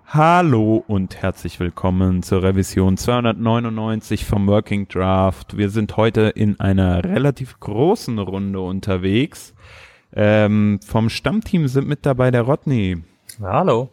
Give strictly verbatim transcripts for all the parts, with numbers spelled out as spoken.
Hallo und herzlich willkommen zur Revision zweihundertneunundneunzig vom Working Draft. Wir sind heute in einer relativ großen Runde unterwegs. Ähm, vom Stammteam sind mit dabei der Rodney. Hallo.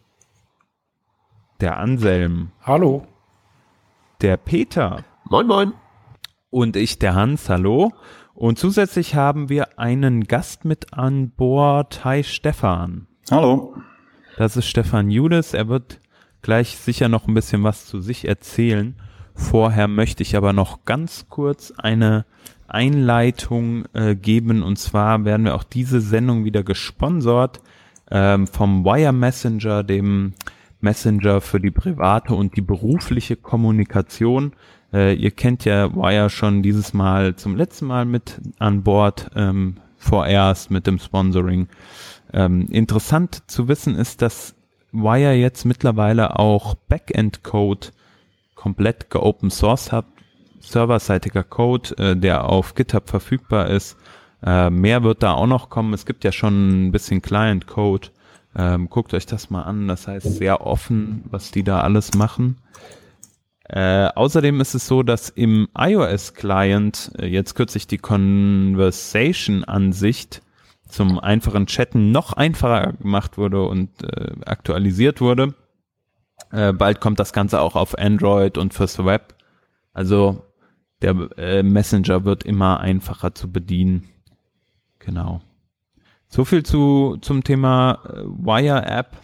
Der Anselm. Hallo. Der Peter. Moin, moin. Und ich, der Hans. Hallo. Und zusätzlich haben wir einen Gast mit an Bord. Hi, Stefan. Hallo. Das ist Stefan Judes. Er wird gleich sicher noch ein bisschen was zu sich erzählen. Vorher möchte ich aber noch ganz kurz eine Einleitung äh, geben. Und zwar werden wir auch diese Sendung wieder gesponsert ähm, vom Wire Messenger, dem Messenger für die private und die berufliche Kommunikation. Äh, ihr kennt ja Wire schon dieses Mal zum letzten Mal mit an Bord, ähm, vorerst mit dem Sponsoring. Ähm, interessant zu wissen ist, dass Wire jetzt mittlerweile auch Backend-Code komplett geopen source hat, serverseitiger Code, äh, der auf GitHub verfügbar ist. Äh, mehr wird da auch noch kommen. Es gibt ja schon ein bisschen Client-Code. Ähm, guckt euch das mal an. Das heißt, sehr offen, was die da alles machen. Äh, außerdem ist es so, dass im iOS-Client äh, jetzt kürzlich die Conversation-Ansicht zum einfachen Chatten noch einfacher gemacht wurde und äh, aktualisiert wurde. Äh, bald kommt das Ganze auch auf Android und fürs Web. Also der äh, Messenger wird immer einfacher zu bedienen. Genau. So viel zu zum Thema äh, Wire App.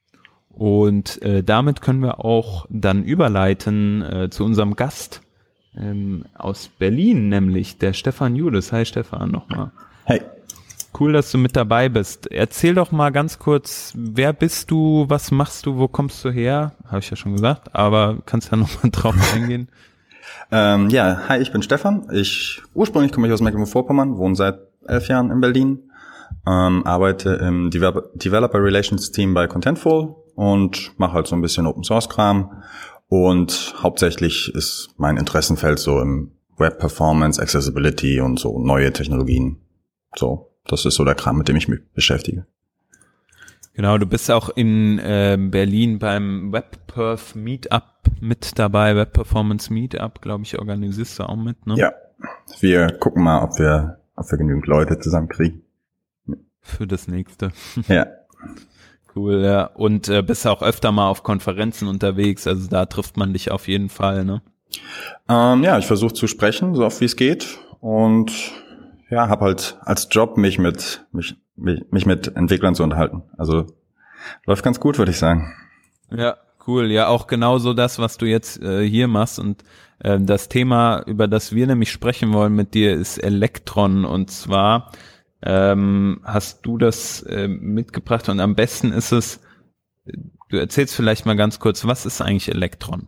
Und äh, damit können wir auch dann überleiten äh, zu unserem Gast ähm, aus Berlin, nämlich der Stefan Judes. Hi Stefan nochmal. Hey. Cool, dass du mit dabei bist. Erzähl doch mal ganz kurz, wer bist du, was machst du, wo kommst du her? Habe ich ja schon gesagt, aber kannst ja noch mal drauf eingehen. ähm, ja, hi, ich bin Stefan. Ich ursprünglich komme ich aus Mecklenburg-Vorpommern, wohne seit elf Jahren in Berlin, ähm, arbeite im Deve- Developer Relations Team bei Contentful und mache halt so ein bisschen Open Source Kram. Und hauptsächlich ist mein Interessenfeld so im Web Performance, Accessibility und so neue Technologien. So. Das ist so der Kram, mit dem ich mich beschäftige. Genau, du bist auch in äh, Berlin beim WebPerf Meetup mit dabei, Web Performance Meetup, glaube ich, organisierst du auch mit, ne? Ja, wir gucken mal, ob wir, ob wir genügend Leute zusammenkriegen. Für das nächste. Ja. Cool, ja. Und äh, bist auch öfter mal auf Konferenzen unterwegs, also da trifft man dich auf jeden Fall, ne? Ähm, ja, ich versuche zu sprechen, so oft wie es geht, und ja, habe halt als Job mich mit mich, mich mich mit Entwicklern zu unterhalten. Also läuft ganz gut, würde ich sagen. Ja, cool. Ja, auch genauso das, was du jetzt äh, hier machst. Und äh, das Thema, über das wir nämlich sprechen wollen mit dir, ist Elektron. Und zwar ähm, hast du das äh, mitgebracht. Und am besten ist es, du erzählst vielleicht mal ganz kurz, was ist eigentlich Elektron?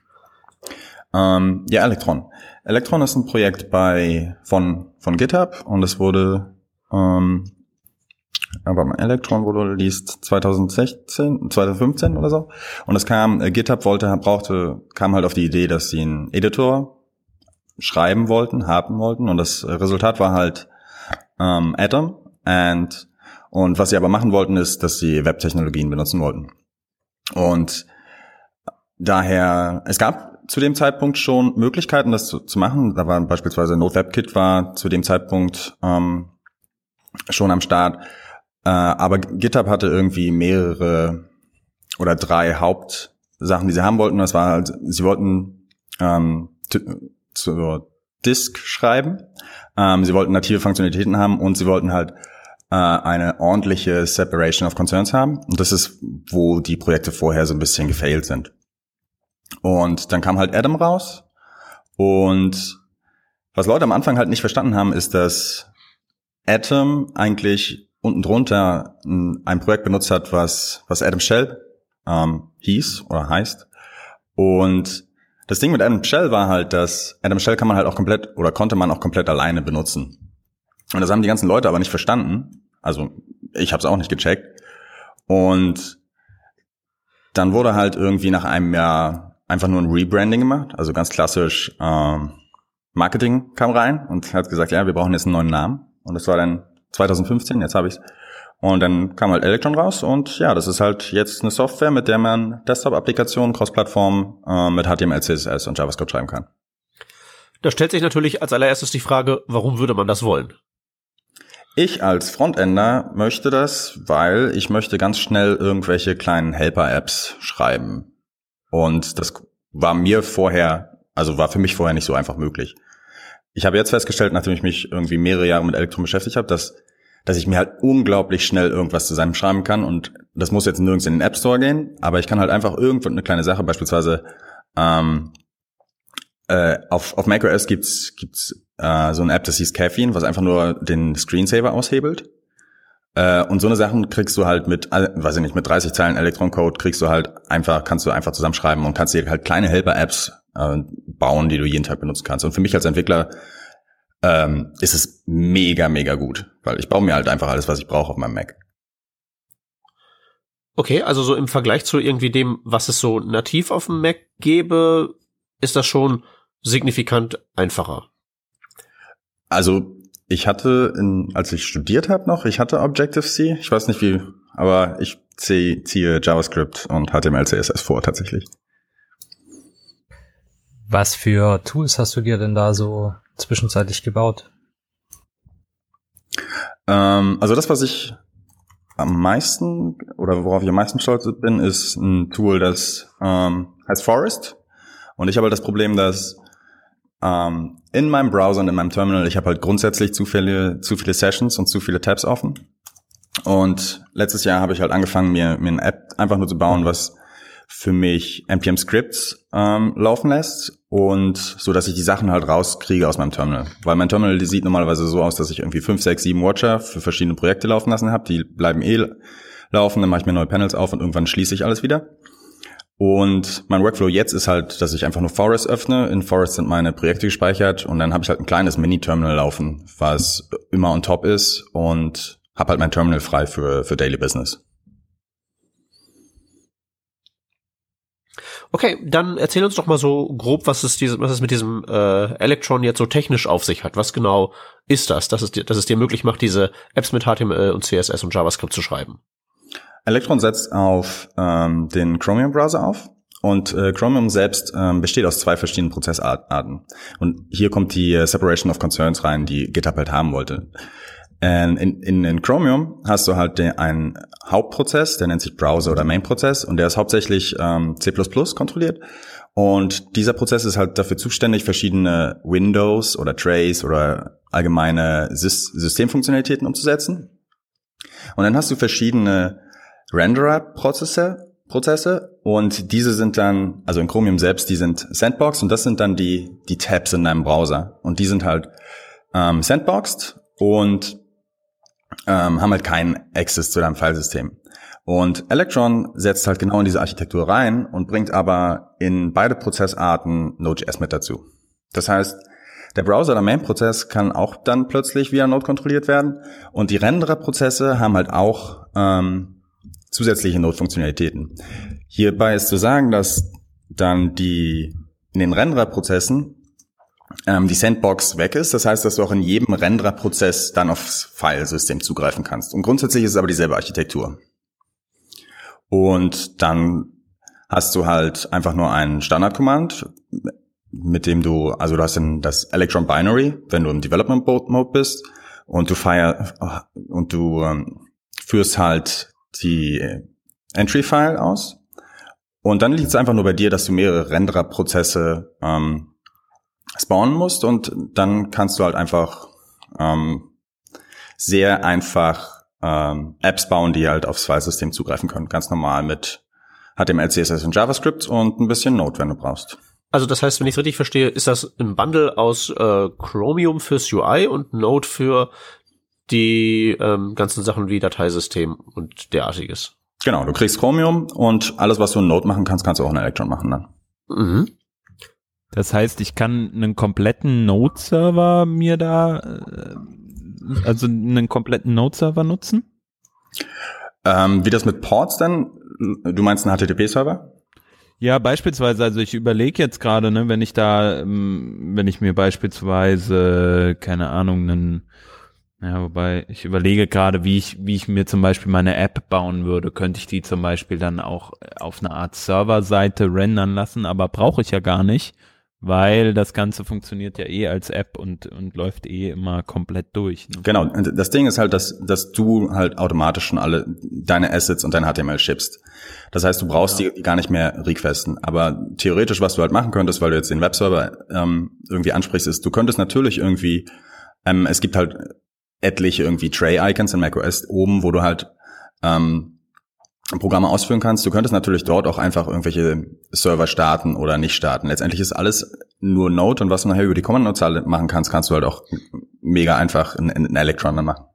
Ähm, ja, Elektron. Elektron ist ein Projekt bei von von GitHub und es wurde ähm, aber mein Elektron wurde released zweitausendsechzehn, zweitausendfünfzehn oder so, und es kam äh, GitHub wollte brauchte kam halt auf die Idee, dass sie einen Editor schreiben wollten, haben wollten, und das Resultat war halt ähm, Atom, and und was sie aber machen wollten, ist, dass sie Webtechnologien benutzen wollten. Und daher, es gab zu dem Zeitpunkt schon Möglichkeiten, das zu, zu machen. Da war beispielsweise Node-WebKit war zu dem Zeitpunkt ähm, schon am Start. Äh, aber GitHub hatte irgendwie mehrere oder drei Hauptsachen, die sie haben wollten. Das war halt, sie wollten ähm, t- zur Disk schreiben, ähm, sie wollten native Funktionalitäten haben und sie wollten halt äh, eine ordentliche Separation of Concerns haben. Und das ist, wo die Projekte vorher so ein bisschen gefailt sind. Und dann kam halt Atom raus, und was Leute am Anfang halt nicht verstanden haben, ist, dass Atom eigentlich unten drunter ein Projekt benutzt hat, was was Atom Shell ähm, hieß oder heißt. Und das Ding mit Atom Shell war halt, dass Atom Shell kann man halt auch komplett oder konnte man auch komplett alleine benutzen. Und das haben die ganzen Leute aber nicht verstanden. Also ich habe es auch nicht gecheckt. Und dann wurde halt irgendwie nach einem Jahr einfach nur ein Rebranding gemacht, also ganz klassisch ähm, Marketing kam rein und hat gesagt, ja, wir brauchen jetzt einen neuen Namen. Und das war dann zweitausendfünfzehn, jetzt habe ich's. Und dann kam halt Electron raus und ja, das ist halt jetzt eine Software, mit der man Desktop-Applikationen, Cross-Plattform äh, mit H T M L, C S S und JavaScript schreiben kann. Da stellt sich natürlich als allererstes die Frage, warum würde man das wollen? Ich als Frontender möchte das, weil ich möchte ganz schnell irgendwelche kleinen Helper-Apps schreiben. Und das war mir vorher, also war für mich vorher nicht so einfach möglich. Ich habe jetzt festgestellt, nachdem ich mich irgendwie mehrere Jahre mit Electron beschäftigt habe, dass dass ich mir halt unglaublich schnell irgendwas zusammenschreiben kann. Und das muss jetzt nirgends in den App Store gehen, aber ich kann halt einfach irgendwo eine kleine Sache, beispielsweise ähm, äh, auf, auf macOS gibt's gibt's äh, so eine App, das hieß Caffeine, was einfach nur den Screensaver aushebelt. Äh, und so eine Sachen kriegst du halt mit, äh, weiß ich nicht, mit dreißig Zeilen Electron-Code kriegst du halt einfach, kannst du einfach zusammenschreiben und kannst dir halt kleine Helper-Apps äh, bauen, die du jeden Tag benutzen kannst. Und für mich als Entwickler ähm, ist es mega, mega gut, weil ich baue mir halt einfach alles, was ich brauche auf meinem Mac. Okay, also so im Vergleich zu irgendwie dem, was es so nativ auf dem Mac gäbe, ist das schon signifikant einfacher. Also ich hatte, in, als ich studiert habe noch, ich hatte Objective-C, ich weiß nicht wie, aber ich ziehe, ziehe JavaScript und H T M L, C S S vor tatsächlich. Was für Tools hast du dir denn da so zwischenzeitlich gebaut? Ähm, also das, was ich am meisten oder worauf ich am meisten stolz bin, ist ein Tool, das ähm, heißt Forest. Und ich habe halt das Problem, dass ähm, in meinem Browser und in meinem Terminal, ich habe halt grundsätzlich zu viele, zu viele Sessions und zu viele Tabs offen. Und letztes Jahr habe ich halt angefangen, mir, mir eine App einfach nur zu bauen, was für mich N P M Scripts ähm, laufen lässt und so, dass ich die Sachen halt rauskriege aus meinem Terminal. Weil mein Terminal, die sieht normalerweise so aus, dass ich irgendwie fünf, sechs, sieben Watcher für verschiedene Projekte laufen lassen habe. Die bleiben eh laufen, dann mache ich mir neue Panels auf und irgendwann schließe ich alles wieder. Und mein Workflow jetzt ist halt, dass ich einfach nur Forest öffne. In Forest sind meine Projekte gespeichert und dann habe ich halt ein kleines Mini-Terminal laufen, was immer on top ist und habe halt mein Terminal frei für für Daily Business. Okay, dann erzähl uns doch mal so grob, was es, diese, was es mit diesem äh, Electron jetzt so technisch auf sich hat. Was genau ist das, dass es, dir, dass es dir möglich macht, diese Apps mit H T M L und C S S und JavaScript zu schreiben? Electron setzt auf ähm, den Chromium-Browser auf und äh, Chromium selbst ähm, besteht aus zwei verschiedenen Prozessarten. Und hier kommt die äh, Separation of Concerns rein, die GitHub halt haben wollte. In, in, in Chromium hast du halt den, einen Hauptprozess, der nennt sich Browser- oder Main-Prozess und der ist hauptsächlich ähm, C plus plus kontrolliert. Und dieser Prozess ist halt dafür zuständig, verschiedene Windows oder Trays oder allgemeine Sys- Systemfunktionalitäten umzusetzen. Und dann hast du verschiedene Renderer-Prozesse Prozesse und diese sind dann, also in Chromium selbst, die sind Sandbox und das sind dann die die Tabs in deinem Browser. Und die sind halt ähm, sandboxed und ähm, haben halt keinen Access zu deinem Filesystem. Und Electron setzt halt genau in diese Architektur rein und bringt aber in beide Prozessarten Node.js mit dazu. Das heißt, der Browser oder Main-Prozess kann auch dann plötzlich via Node kontrolliert werden und die Renderer-Prozesse haben halt auch ähm, zusätzliche Node-Funktionalitäten. Hierbei ist zu sagen, dass dann die in den Renderer-Prozessen ähm, die Sandbox weg ist. Das heißt, dass du auch in jedem Renderer-Prozess dann aufs Filesystem zugreifen kannst. Und grundsätzlich ist es aber dieselbe Architektur. Und dann hast du halt einfach nur ein Standard-Command, mit dem du, also du hast dann das Electron Binary, wenn du im Development Mode bist und du fire, und du ähm, führst halt die Entry-File aus. Und dann liegt es einfach nur bei dir, dass du mehrere Renderer-Prozesse ähm, spawnen musst und dann kannst du halt einfach ähm, sehr einfach ähm, Apps bauen, die halt aufs Filesystem zugreifen können. Ganz normal mit H T M L, C S S und JavaScript und ein bisschen Node, wenn du brauchst. Also das heißt, wenn ich es richtig verstehe, ist das ein Bundle aus äh, Chromium fürs U I und Node für die ähm, ganzen Sachen wie Dateisystem und derartiges. Genau, du kriegst Chromium und alles, was du in Node machen kannst, kannst du auch in Electron machen dann. Mhm. Das heißt, ich kann einen kompletten Node-Server mir da, äh, also einen kompletten Node-Server nutzen? Ähm, wie das mit Ports dann? Du meinst einen H T T P-Server? Ja, beispielsweise, also ich überlege jetzt gerade, ne, wenn ich da, ähm, wenn ich mir beispielsweise, keine Ahnung, einen Ja, wobei ich überlege gerade, wie ich, wie ich mir zum Beispiel meine App bauen würde. Könnte ich die zum Beispiel dann auch auf eine Art Serverseite rendern lassen, aber brauche ich ja gar nicht, weil das Ganze funktioniert ja eh als App und, und läuft eh immer komplett durch. Ne? Genau, und das Ding ist halt, dass, dass du halt automatisch schon alle deine Assets und dein H T M L schippst. Das heißt, du brauchst ja. die gar nicht mehr requesten. Aber theoretisch, was du halt machen könntest, weil du jetzt den Webserver ähm, irgendwie ansprichst, ist, du könntest natürlich irgendwie, ähm, es gibt halt etliche irgendwie Tray-Icons in macOS oben, wo du halt ähm, Programme ausführen kannst. Du könntest natürlich dort auch einfach irgendwelche Server starten oder nicht starten. Letztendlich ist alles nur Node und was du nachher über die Kommandozeilen machen kannst, kannst du halt auch mega einfach in, in Electron dann machen.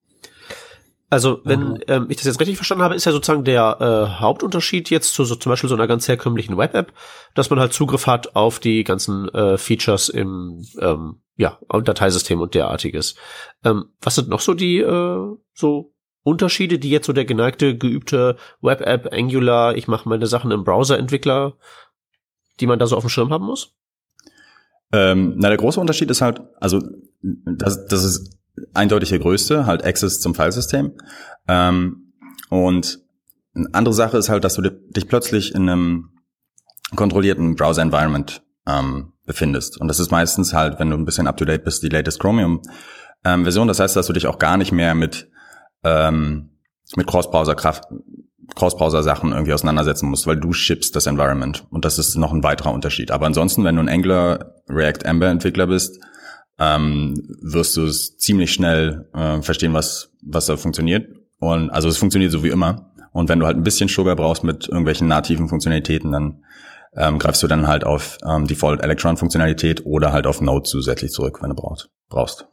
Also, wenn mhm. ähm, ich das jetzt richtig verstanden habe, ist ja sozusagen der äh, Hauptunterschied jetzt zu so zum Beispiel so einer ganz herkömmlichen Web-App, dass man halt Zugriff hat auf die ganzen äh, Features im ähm, ja Dateisystem und derartiges. Ähm, was sind noch so die äh, so Unterschiede, die jetzt so der geneigte, geübte Web-App, Angular, ich mache meine Sachen im Browser-Entwickler, die man da so auf dem Schirm haben muss? Ähm, na, der große Unterschied ist halt, also das, das ist eindeutig der größte, halt Access zum Filesystem. Ähm, und eine andere Sache ist halt, dass du dich plötzlich in einem kontrollierten Browser-Environment ähm, befindest. Und das ist meistens halt, wenn du ein bisschen up-to-date bist, die latest Chromium-Version. Ähm, das heißt, dass du dich auch gar nicht mehr mit ähm, mit Cross-Browser-Kraft Cross-Browser-Sachen irgendwie auseinandersetzen musst, weil du shippst das Environment. Und das ist noch ein weiterer Unterschied. Aber ansonsten, wenn du ein Angular, React, Ember-Entwickler bist, ähm, wirst du es ziemlich schnell äh, verstehen, was was da funktioniert. Und also es funktioniert so wie immer. Und wenn du halt ein bisschen Sugar brauchst mit irgendwelchen nativen Funktionalitäten, dann ähm, greifst du dann halt auf ähm, Default Electron-Funktionalität oder halt auf Node zusätzlich zurück, wenn du brauchst. brauchst.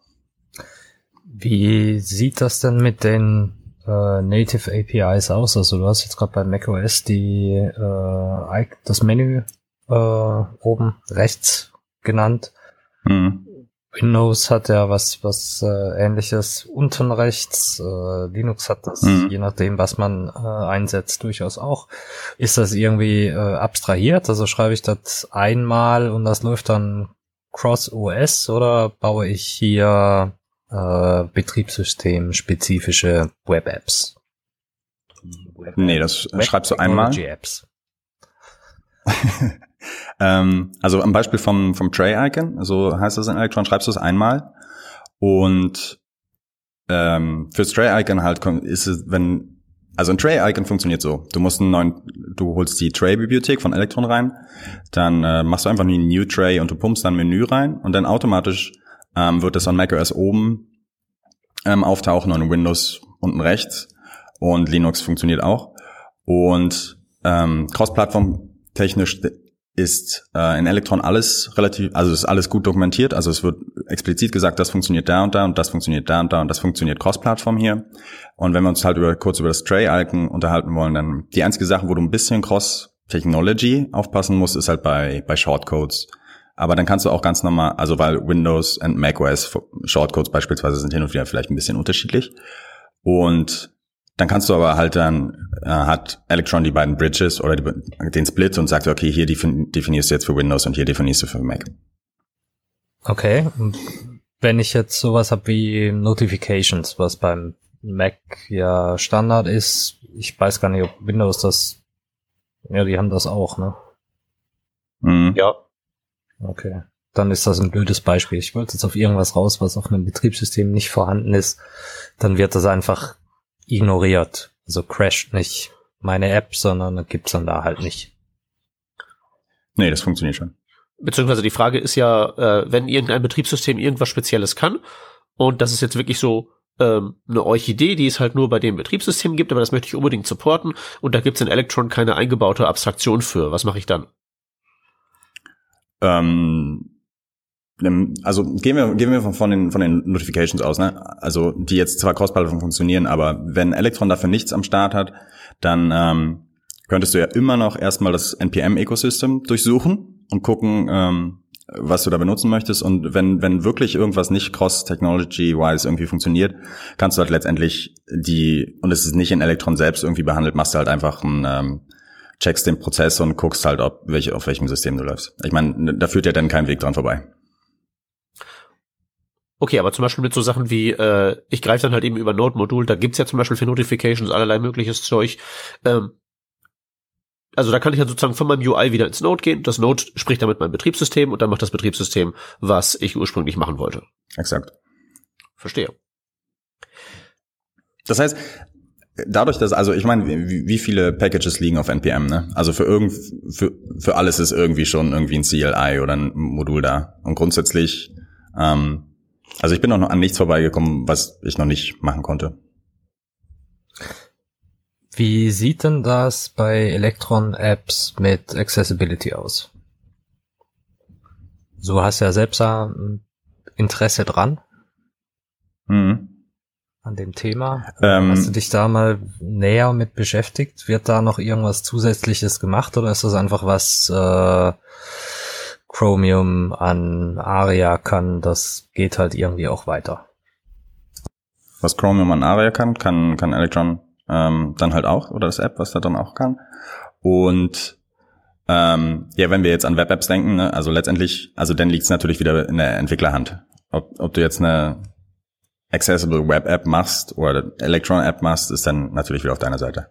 Wie sieht das denn mit den äh, Native A P Is aus? Also du hast jetzt gerade bei macOS die äh, das Menü äh, oben rechts genannt. Mhm. Windows hat ja was was äh, Ähnliches unten rechts. Äh, Linux hat das, mhm. je nachdem, was man äh, einsetzt, durchaus auch. Ist das irgendwie äh, abstrahiert? Also schreibe ich das einmal und das läuft dann Cross-O S oder baue ich hier äh, Betriebssystem-spezifische Web-Apps? Web nee, das Web schreibst du einmal. Apps. ähm, also am Beispiel vom vom Tray-Icon, so heißt das in Electron, schreibst du es einmal und ähm, fürs Tray-Icon halt ist es, wenn also ein Tray-Icon funktioniert so, du musst einen neuen, du holst die Tray-Bibliothek von Electron rein, dann äh, machst du einfach einen New Tray und du pumpst dann ein Menü rein und dann automatisch ähm, wird das an macOS oben ähm, auftauchen und in Windows unten rechts und Linux funktioniert auch und ähm, Cross-Plattform technisch ist äh, in Electron alles relativ, also ist alles gut dokumentiert, also es wird explizit gesagt, das funktioniert da und da und das funktioniert da und da und das funktioniert Cross-Plattform hier. Und wenn wir uns halt über, kurz über das Tray-Icon unterhalten wollen, dann die einzige Sache, wo du ein bisschen Cross-Technology aufpassen musst, ist halt bei bei Shortcodes. Aber dann kannst du auch ganz normal, also weil Windows und macOS Shortcodes beispielsweise sind hin und wieder vielleicht ein bisschen unterschiedlich. Und dann kannst du aber halt dann, äh, hat Electron die beiden Bridges oder die, den Split und sagt, okay, hier definierst du jetzt für Windows und hier definierst du für Mac. Okay, und wenn ich jetzt sowas habe wie Notifications, was beim Mac ja Standard ist, ich weiß gar nicht, ob Windows das, ja, die haben das auch, ne? Mhm. Ja. Okay, dann ist das ein blödes Beispiel. Ich wollte jetzt auf irgendwas raus, was auf einem Betriebssystem nicht vorhanden ist, dann wird das einfach ignoriert. Also crasht nicht meine App, sondern gibt's dann da halt nicht. Nee, das funktioniert schon. Beziehungsweise die Frage ist ja, äh, wenn irgendein Betriebssystem irgendwas Spezielles kann und das ist jetzt wirklich so ähm, eine Orchidee, die es halt nur bei dem Betriebssystem gibt, aber das möchte ich unbedingt supporten und da gibt's in Electron keine eingebaute Abstraktion für. Was mache ich dann? Ähm Also gehen wir gehen wir von den von den Notifications aus, ne? Also die jetzt zwar cross-plattform funktionieren, aber wenn Electron dafür nichts am Start hat, dann ähm, könntest du ja immer noch erstmal das N P M-Ecosystem durchsuchen und gucken, ähm, was du da benutzen möchtest. Und wenn wenn wirklich irgendwas nicht cross-technology-wise irgendwie funktioniert, kannst du halt letztendlich die, und es ist nicht in Electron selbst irgendwie behandelt, machst du halt einfach ein ähm, checkst den Prozess und guckst halt, ob welche auf welchem System du läufst. Ich meine, da führt ja dann kein Weg dran vorbei. Okay, aber zum Beispiel mit so Sachen wie, äh, ich greife dann halt eben über Node-Modul, da gibt's ja zum Beispiel für Notifications allerlei mögliches Zeug. Ähm, also da kann ich dann sozusagen von meinem U I wieder ins Node gehen, das Node spricht dann mit meinem Betriebssystem und dann macht das Betriebssystem, was ich ursprünglich machen wollte. Exakt. Verstehe. Das heißt, dadurch, dass, also ich meine, wie, wie viele Packages liegen auf N P M, ne? Also für irgend, für, für alles ist irgendwie schon irgendwie ein C L I oder ein Modul da. Und grundsätzlich, ähm, also ich bin noch an nichts vorbeigekommen, was ich noch nicht machen konnte. Wie sieht denn das bei Electron-Apps mit Accessibility aus? Du hast ja selbst ein Interesse dran. Mhm. An dem Thema. Ähm, Hast du dich da mal näher mit beschäftigt? Wird da noch irgendwas Zusätzliches gemacht oder ist das einfach was äh, Chromium an Aria kann? Das geht halt irgendwie auch weiter. Was Chromium an Aria kann, kann kann Electron ähm, dann halt auch, oder das App, was da dann auch kann. Und ähm, ja, wenn wir jetzt an Web-Apps denken, ne, also letztendlich, also dann liegt es natürlich wieder in der Entwicklerhand. Ob, ob du jetzt eine Accessible Web App machst oder Electron App machst, ist dann natürlich wieder auf deiner Seite.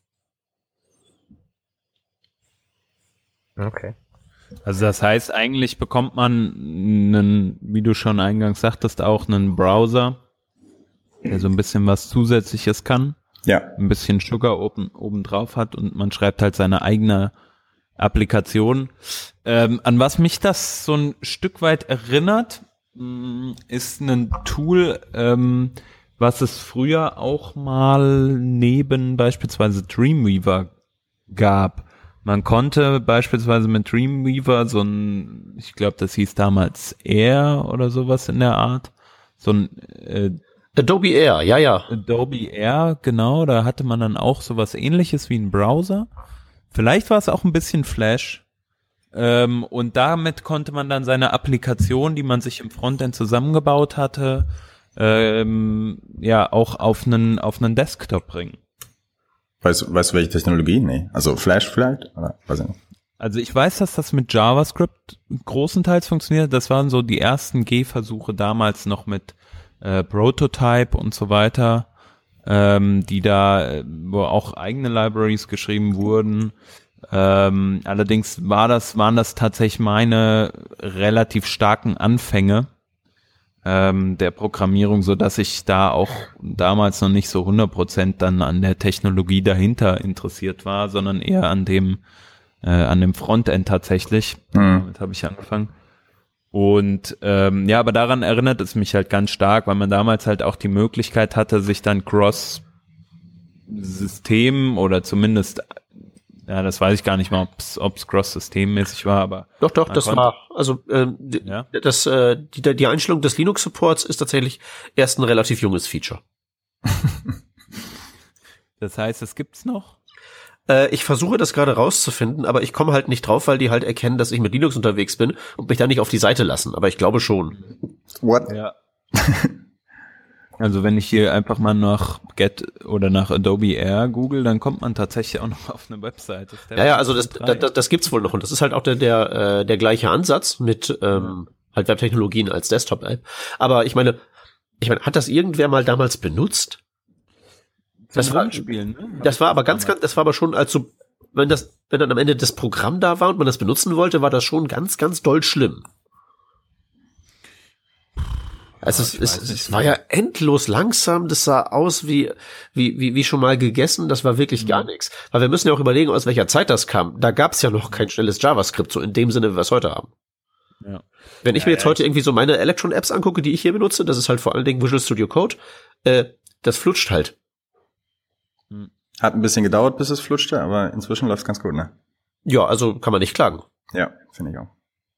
Okay. Also das heißt, eigentlich bekommt man einen, wie du schon eingangs sagtest, auch einen Browser, der so ein bisschen was Zusätzliches kann. Ja. Ein bisschen Sugar oben, oben drauf hat und man schreibt halt seine eigene Applikation. Ähm, an was mich das so ein Stück weit erinnert, ist ein Tool, ähm, was es früher auch mal neben beispielsweise Dreamweaver gab. Man konnte beispielsweise mit Dreamweaver so ein, ich glaube, das hieß damals Air oder sowas in der Art, so ein äh, Adobe Air, ja, ja. Adobe Air, genau, da hatte man dann auch sowas Ähnliches wie ein Browser. Vielleicht war es auch ein bisschen Flash. Ähm, und damit konnte man dann seine Applikation, die man sich im Frontend zusammengebaut hatte, ähm, ja auch auf einen auf einen Desktop bringen. Weißt, weißt du, welche Technologie? Nee. Also Flash vielleicht? Oder, weiß ich nicht. Also ich weiß, dass das mit JavaScript großenteils funktioniert. Das waren so die ersten Gehversuche damals noch mit äh, Prototype und so weiter, ähm, die da, wo auch eigene Libraries geschrieben wurden. Ähm, allerdings war das, waren das tatsächlich meine relativ starken Anfänge ähm, der Programmierung, so dass ich da auch damals noch nicht so hundert Prozent dann an der Technologie dahinter interessiert war, sondern eher an dem äh, an dem Frontend tatsächlich. Mhm. Damit habe ich angefangen. Und ähm, ja, aber daran erinnert es mich halt ganz stark, weil man damals halt auch die Möglichkeit hatte, sich dann Cross-System oder zumindest, ja, das weiß ich gar nicht mal, ob es cross-systemmäßig war, aber doch, doch, das konnte, war, also ähm, ja? das, äh, die, die Einstellung des Linux-Supports ist tatsächlich erst ein relativ junges Feature. Das heißt, es gibt's noch? Äh, ich versuche das gerade rauszufinden, aber ich komme halt nicht drauf, weil die halt erkennen, dass ich mit Linux unterwegs bin und mich da nicht auf die Seite lassen, aber ich glaube schon. What? Ja. Also wenn ich hier einfach mal nach Get oder nach Adobe Air google, dann kommt man tatsächlich auch noch auf eine Webseite. Ja, ja, also das, das, das gibt's wohl noch und das ist halt auch der der, äh, der gleiche Ansatz mit ähm, halt Webtechnologien als Desktop-App. Aber ich meine, ich meine, hat das irgendwer mal damals benutzt? Das war, Spielen, ne? das war aber ganz, ganz, das war aber schon, als so, wenn das, wenn dann am Ende das Programm da war und man das benutzen wollte, war das schon ganz, ganz doll schlimm. Also es, es, es war ja endlos langsam, das sah aus wie, wie, wie, wie schon mal gegessen, das war wirklich mhm. gar nichts. Weil wir müssen ja auch überlegen, aus welcher Zeit das kam. Da gab's ja noch kein schnelles JavaScript, so in dem Sinne, wie wir es heute haben. Ja. Wenn ich ja, mir jetzt ja, heute irgendwie so meine Electron-Apps angucke, die ich hier benutze, das ist halt vor allen Dingen Visual Studio Code, äh, das flutscht halt. Hat ein bisschen gedauert, bis es flutschte, aber inzwischen läuft's ganz gut, ne? Ja, also kann man nicht klagen. Ja, finde ich auch.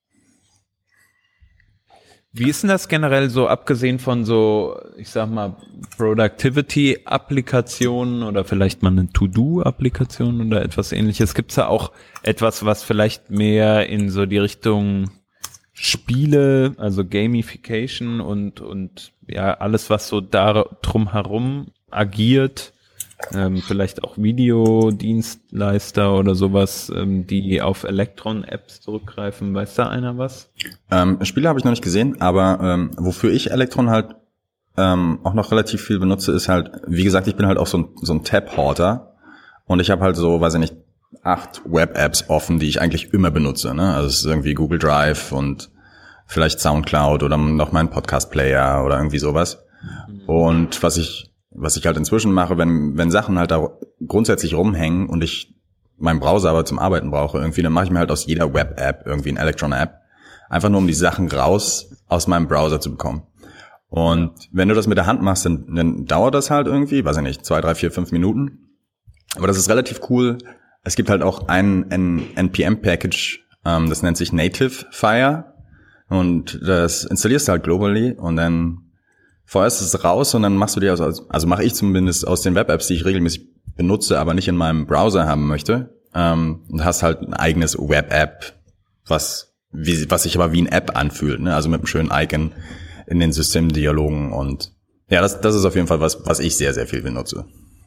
Wie ist denn das generell so, abgesehen von so, ich sag mal, Productivity-Applikationen oder vielleicht mal eine To-Do-Applikation oder etwas Ähnliches? Gibt's da auch etwas, was vielleicht mehr in so die Richtung Spiele, also Gamification und und ja alles, was so da drum herum agiert, ähm, vielleicht auch Videodienstleister oder sowas, ähm, die auf Electron-Apps zurückgreifen. Weiß da einer was? Ähm, Spiele habe ich noch nicht gesehen, aber ähm, wofür ich Electron halt ähm, auch noch relativ viel benutze, ist halt, wie gesagt, ich bin halt auch so ein, so ein Tab-Horter und ich habe halt so, weiß ich nicht, acht Web-Apps offen, die ich eigentlich immer benutze. Ne? Also es ist irgendwie Google Drive und vielleicht Soundcloud oder noch mein Podcast-Player oder irgendwie sowas. Mhm. Und was ich was ich halt inzwischen mache, wenn wenn Sachen halt da grundsätzlich rumhängen und ich meinen Browser aber zum Arbeiten brauche, irgendwie, dann mache ich mir halt aus jeder Web-App irgendwie eine Electron-App. Einfach nur, um die Sachen raus aus meinem Browser zu bekommen. Und wenn du das mit der Hand machst, dann, dann dauert das halt irgendwie, weiß ich nicht, zwei, drei, vier, fünf Minuten. Aber das ist relativ cool. Es gibt halt auch ein N P M-Package, ähm, das nennt sich Native-Fire. Und das installierst du halt globally und dann feuerst es raus und dann machst du dir, also, also mache ich zumindest aus den Web-Apps, die ich regelmäßig benutze, aber nicht in meinem Browser haben möchte, ähm, und hast halt ein eigenes Web-App, was wie, was sich aber wie ein App anfühlt, ne? Also mit einem schönen Icon in den Systemdialogen und ja, das, das ist auf jeden Fall was, was ich sehr, sehr viel benutze.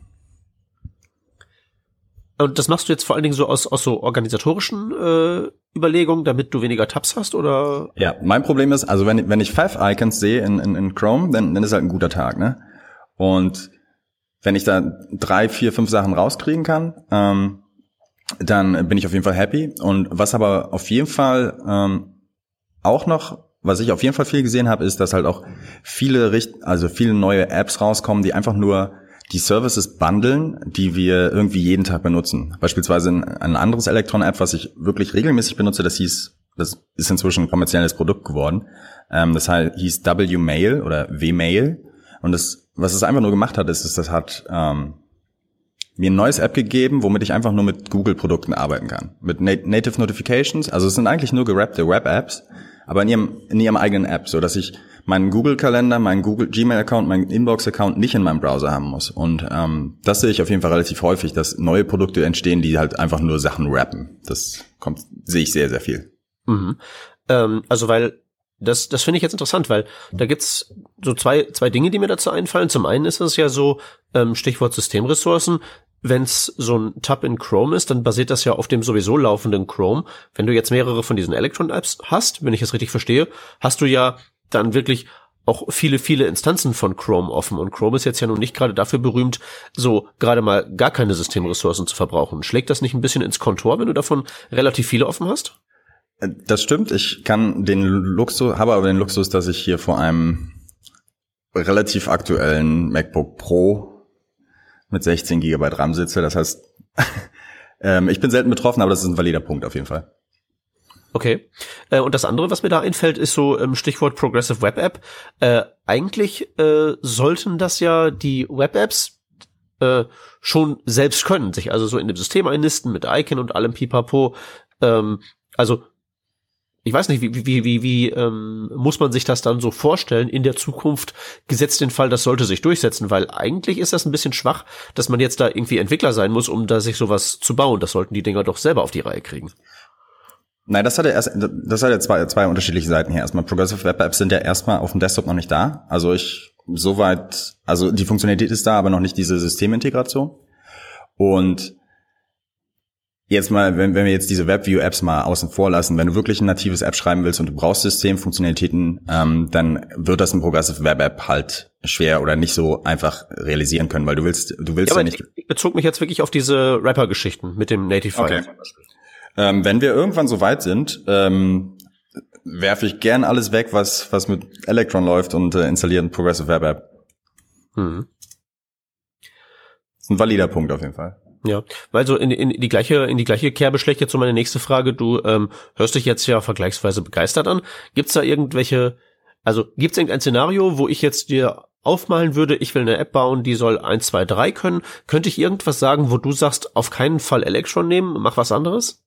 Und das machst du jetzt vor allen Dingen so aus, aus so organisatorischen äh, Überlegungen, damit du weniger Tabs hast, oder? Ja, mein Problem ist, also wenn, wenn ich Five Icons sehe in, in, in Chrome, dann, dann ist halt ein guter Tag, ne? Und wenn ich da drei, vier, fünf Sachen rauskriegen kann, ähm, dann bin ich auf jeden Fall happy. Und was aber auf jeden Fall ähm, auch noch, was ich auf jeden Fall viel gesehen habe, ist, dass halt auch viele Richt- also viele neue Apps rauskommen, die einfach nur die Services bundeln, die wir irgendwie jeden Tag benutzen. Beispielsweise ein anderes Electron-App, was ich wirklich regelmäßig benutze, das hieß, das ist inzwischen ein kommerzielles Produkt geworden. Ähm, das heißt, hieß W-Mail oder W-Mail. Und das, was es einfach nur gemacht hat, ist, ist das hat ähm, mir ein neues App gegeben, womit ich einfach nur mit Google-Produkten arbeiten kann. Mit Nat- Native Notifications. Also es sind eigentlich nur gerappte Web-Apps, aber in ihrem, in ihrem eigenen App, so dass ich meinen Google-Kalender, meinen Google Gmail-Account, meinen Inbox-Account nicht in meinem Browser haben muss. Und ähm, das sehe ich auf jeden Fall relativ häufig, dass neue Produkte entstehen, die halt einfach nur Sachen rappen. Das kommt, sehe ich sehr, sehr viel. Mhm. Ähm, also weil das, das finde ich jetzt interessant, weil da gibt's so zwei, zwei Dinge, die mir dazu einfallen. Zum einen ist es ja so, ähm, Stichwort Systemressourcen. Wenn's so ein Tab in Chrome ist, dann basiert das ja auf dem sowieso laufenden Chrome. Wenn du jetzt mehrere von diesen Electron-Apps hast, wenn ich es richtig verstehe, hast du ja dann wirklich auch viele, viele Instanzen von Chrome offen. Und Chrome ist jetzt ja nun nicht gerade dafür berühmt, so gerade mal gar keine Systemressourcen zu verbrauchen. Schlägt das nicht ein bisschen ins Kontor, wenn du davon relativ viele offen hast? Das stimmt. Ich kann den Luxus, habe aber den Luxus, dass ich hier vor einem relativ aktuellen MacBook Pro mit sechzehn Gigabyte RAM sitze. Das heißt, ähm, ich bin selten betroffen, aber das ist ein valider Punkt auf jeden Fall. Okay. Äh, und das andere, was mir da einfällt, ist so ähm, Stichwort Progressive Web App. Äh, eigentlich äh, sollten das ja die Web Apps äh, schon selbst können, sich also so in dem System einnisten mit Icon und allem Pipapo. Ähm, also ich weiß nicht, wie wie wie wie ähm, muss man sich das dann so vorstellen in der Zukunft, gesetzt den Fall, das sollte sich durchsetzen, weil eigentlich ist das ein bisschen schwach, dass man jetzt da irgendwie Entwickler sein muss, um da sich sowas zu bauen. Das sollten die Dinger doch selber auf die Reihe kriegen. Nein, das hat ja erst, das hat ja zwei, zwei unterschiedliche Seiten hier. Erstmal, Progressive Web Apps sind ja erstmal auf dem Desktop noch nicht da. Also ich, soweit, also die Funktionalität ist da, aber noch nicht diese Systemintegration. Und jetzt mal, wenn, wenn wir jetzt diese WebView-Apps mal außen vor lassen, wenn du wirklich ein natives App schreiben willst und du brauchst Systemfunktionalitäten, ähm, dann wird das ein Progressive Web App halt schwer oder nicht so einfach realisieren können, weil du willst, du willst ja, ja nicht. Ich, ich bezog mich jetzt wirklich auf diese Rapper-Geschichten mit dem Native okay. Ähm, wenn wir irgendwann so weit sind, ähm, werfe ich gern alles weg, was was mit Electron läuft und äh, installiere ein Progressive Web App. Hm. Das ist ein valider Punkt auf jeden Fall. Ja, weil so in, in die gleiche in die gleiche Kerbe schlägt jetzt so meine nächste Frage. Du ähm, hörst dich jetzt ja vergleichsweise begeistert an. Gibt's da irgendwelche, also gibt's irgendein Szenario, wo ich jetzt dir aufmalen würde, ich will eine App bauen, die soll eins, zwei, drei können? Könnte ich irgendwas sagen, wo du sagst, auf keinen Fall Electron nehmen, mach was anderes?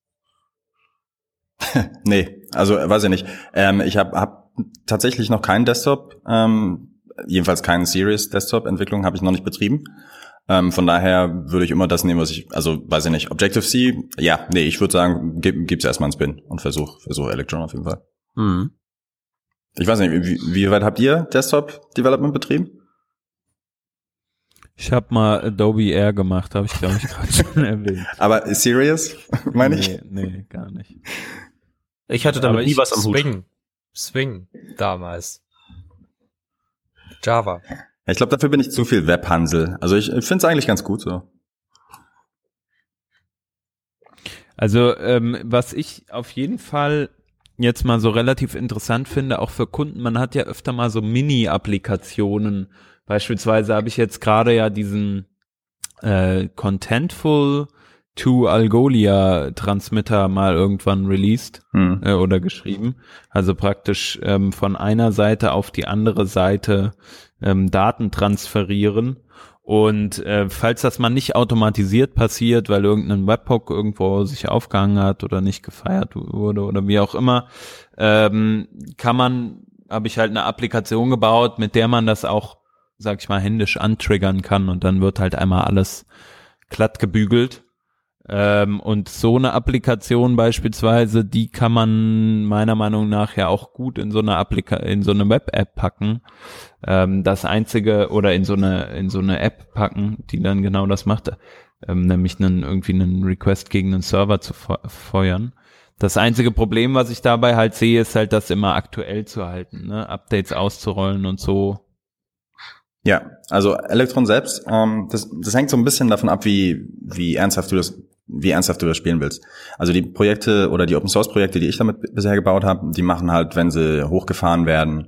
Nee, also weiß ich nicht. Ähm, ich habe hab tatsächlich noch keinen Desktop, ähm, jedenfalls keinen Serious-Desktop-Entwicklung habe ich noch nicht betrieben. Ähm, von daher würde ich immer das nehmen, was ich, also weiß ich nicht, Objective-C, ja, nee, ich würde sagen, gib, gib's erstmal einen Spin und versuch, versuch Electron auf jeden Fall. Mhm. Ich weiß nicht, wie, wie weit habt ihr Desktop-Development betrieben? Ich habe mal Adobe Air gemacht, habe ich glaube ich gerade schon erwähnt. Aber serious, meine ich? Nee, nee, gar nicht. Ich hatte damit Aber nie ich was am Hut. Swing. Swing damals. Java. Ja, ich glaube, dafür bin ich zu viel Webhansel. Also ich, ich finde es eigentlich ganz gut so. Also ähm, was ich auf jeden Fall jetzt mal so relativ interessant finde, auch für Kunden, man hat ja öfter mal so Mini-Applikationen. Beispielsweise habe ich jetzt gerade ja diesen äh, Contentful to Algolia Transmitter mal irgendwann released Hm. äh, oder geschrieben. Also praktisch ähm, von einer Seite auf die andere Seite ähm, Daten transferieren. Und äh, falls das mal nicht automatisiert passiert, weil irgendein Webhook irgendwo sich aufgehangen hat oder nicht gefeiert wurde oder wie auch immer, ähm, kann man, habe ich halt eine Applikation gebaut, mit der man das auch, sag ich mal, händisch antriggern kann und dann wird halt einmal alles glatt gebügelt. Ähm, und so eine Applikation beispielsweise, die kann man meiner Meinung nach ja auch gut in so eine Applika in so eine Web-App packen. Ähm, das einzige oder in so eine in so eine App packen, die dann genau das macht, ähm, nämlich einen irgendwie einen Request gegen einen Server zu fe- feuern. Das einzige Problem, was ich dabei halt sehe, ist halt, das immer aktuell zu halten, ne? Updates auszurollen und so. Ja, also Electron selbst, ähm, das, das hängt so ein bisschen davon ab, wie wie ernsthaft du das wie ernsthaft du das spielen willst. Also die Projekte oder die Open-Source-Projekte, die ich damit bisher gebaut habe, die machen halt, wenn sie hochgefahren werden,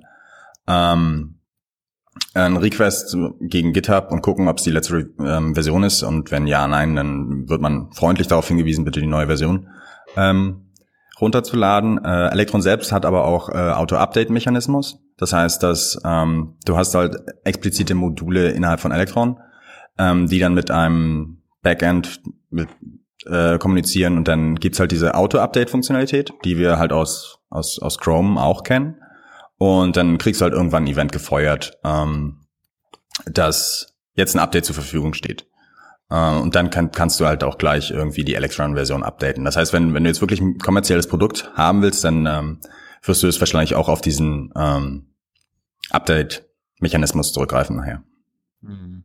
ähm, einen Request gegen GitHub und gucken, ob es die letzte ähm, Version ist. Und wenn ja, nein, dann wird man freundlich darauf hingewiesen, bitte die neue Version ähm, runterzuladen. Äh, Electron selbst hat aber auch äh, Auto-Update-Mechanismus. Das heißt, dass ähm, du hast halt explizite Module innerhalb von Electron, ähm, die dann mit einem Backend mit, äh, kommunizieren, und dann gibt's halt diese Auto-Update-Funktionalität, die wir halt aus aus aus Chrome auch kennen, und dann kriegst du halt irgendwann ein Event gefeuert, ähm, dass jetzt ein Update zur Verfügung steht, äh, und dann kann, kannst du halt auch gleich irgendwie die Electron-Version updaten. Das heißt, wenn wenn du jetzt wirklich ein kommerzielles Produkt haben willst, dann ähm, wirst du es wahrscheinlich auch auf diesen ähm, Update-Mechanismus zurückgreifen nachher. Mhm.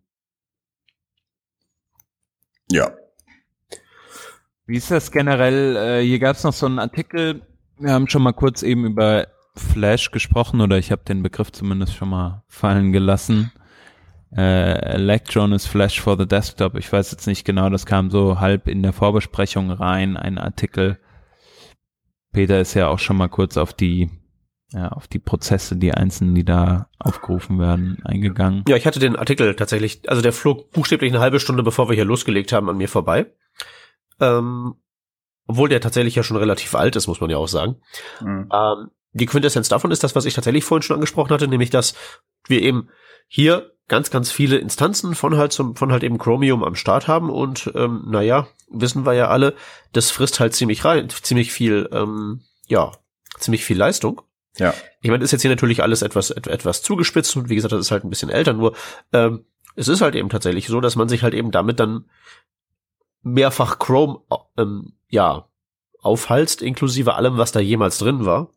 Ja. Wie ist das generell? Äh, hier gab es noch so einen Artikel, wir haben schon mal kurz eben über Flash gesprochen, oder ich habe den Begriff zumindest schon mal fallen gelassen. Äh, Electron is Flash for the Desktop. Ich weiß jetzt nicht genau, das kam so halb in der Vorbesprechung rein, ein Artikel. Peter ist ja auch schon mal kurz auf die, ja, auf die Prozesse, die einzelnen, die da aufgerufen werden, eingegangen. Ja, ich hatte den Artikel tatsächlich, also der flog buchstäblich eine halbe Stunde, bevor wir hier losgelegt haben, an mir vorbei. Ähm, obwohl der tatsächlich ja schon relativ alt ist, muss man ja auch sagen. Mhm. Ähm, die Quintessenz davon ist das, was ich tatsächlich vorhin schon angesprochen hatte, nämlich, dass wir eben hier ganz, ganz viele Instanzen von halt zum, von halt eben Chromium am Start haben, und ähm, naja, wissen wir ja alle, das frisst halt ziemlich rein, ziemlich viel, ähm, ja, ziemlich viel Leistung. Ja. Ich meine, ist jetzt hier natürlich alles etwas et- etwas zugespitzt, und wie gesagt, das ist halt ein bisschen älter, nur ähm, es ist halt eben tatsächlich so, dass man sich halt eben damit dann mehrfach Chrome ähm, ja aufhalst, inklusive allem, was da jemals drin war.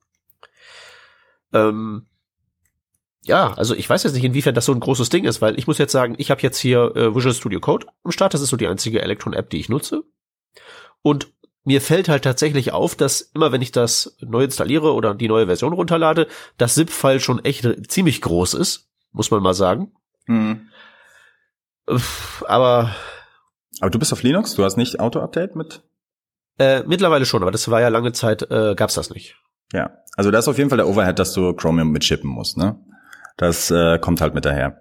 Ähm, ja, also ich weiß jetzt nicht, inwiefern das so ein großes Ding ist, weil ich muss jetzt sagen, ich habe jetzt hier äh, Visual Studio Code am Start, das ist so die einzige Electron-App, die ich nutze. Und mir fällt halt tatsächlich auf, dass immer, wenn ich das neu installiere oder die neue Version runterlade, das Zip-File schon echt ziemlich groß ist, muss man mal sagen. Mhm. Aber Aber du bist auf Linux? Du hast nicht Auto-Update mit? äh, mittlerweile schon, aber das war ja lange Zeit, äh, gab's das nicht. Ja. Also da ist auf jeden Fall der Overhead, dass du Chromium mitschippen musst, ne? Das äh, kommt halt mit daher.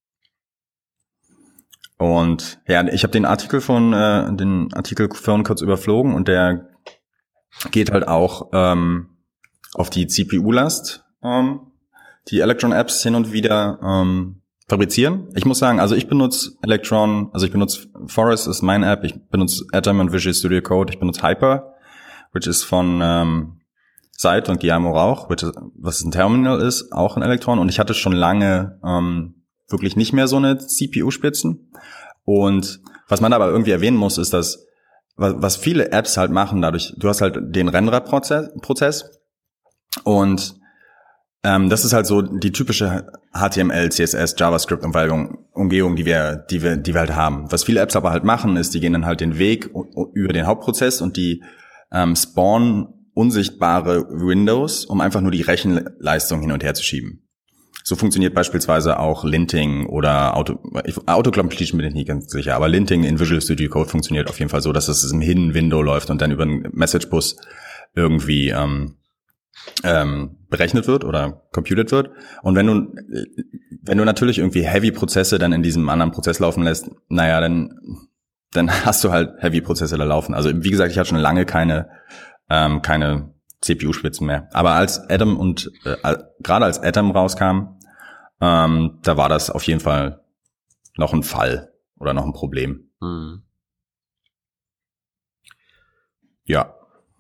Und ja, ich habe den Artikel von äh, den Artikel vorhin kurz überflogen, und der geht halt auch ähm, auf die C P U-Last, ähm, die Electron-Apps hin und wieder ähm, fabrizieren. Ich muss sagen, also ich benutze Electron, also ich benutze Forest, ist meine App, ich benutze Atom und Visual Studio Code, ich benutze Hyper, which ist von ähm, Seid und Guillermo Rauch, which is, was ein Terminal ist, auch ein Electron, und ich hatte schon lange ähm, wirklich nicht mehr so eine C P U-Spitzen. Und was man aber irgendwie erwähnen muss, ist, dass was viele Apps halt machen, dadurch, du hast halt den Renderprozess Prozess, und Ähm, das ist halt so die typische H T M L, C S S, JavaScript-Umgebung, Umgebung, die wir, die wir, die wir halt haben. Was viele Apps aber halt machen, ist, die gehen dann halt den Weg über den Hauptprozess und die ähm, spawnen unsichtbare Windows, um einfach nur die Rechenleistung hin und her zu schieben. So funktioniert beispielsweise auch Linting oder Auto, Autocompletion bin ich nicht ganz sicher, aber Linting in Visual Studio Code funktioniert auf jeden Fall so, dass es im Hidden Window läuft und dann über einen Message-Bus irgendwie ähm, ähm, berechnet wird oder computed wird. Und wenn du wenn du natürlich irgendwie Heavy-Prozesse dann in diesem anderen Prozess laufen lässt, naja, dann dann hast du halt Heavy-Prozesse da laufen. Also wie gesagt, ich hatte schon lange keine ähm, keine C P U-Spitzen mehr. Aber als Atom und äh, gerade als Atom rauskam, ähm, da war das auf jeden Fall noch ein Fall oder noch ein Problem. Hm. Ja.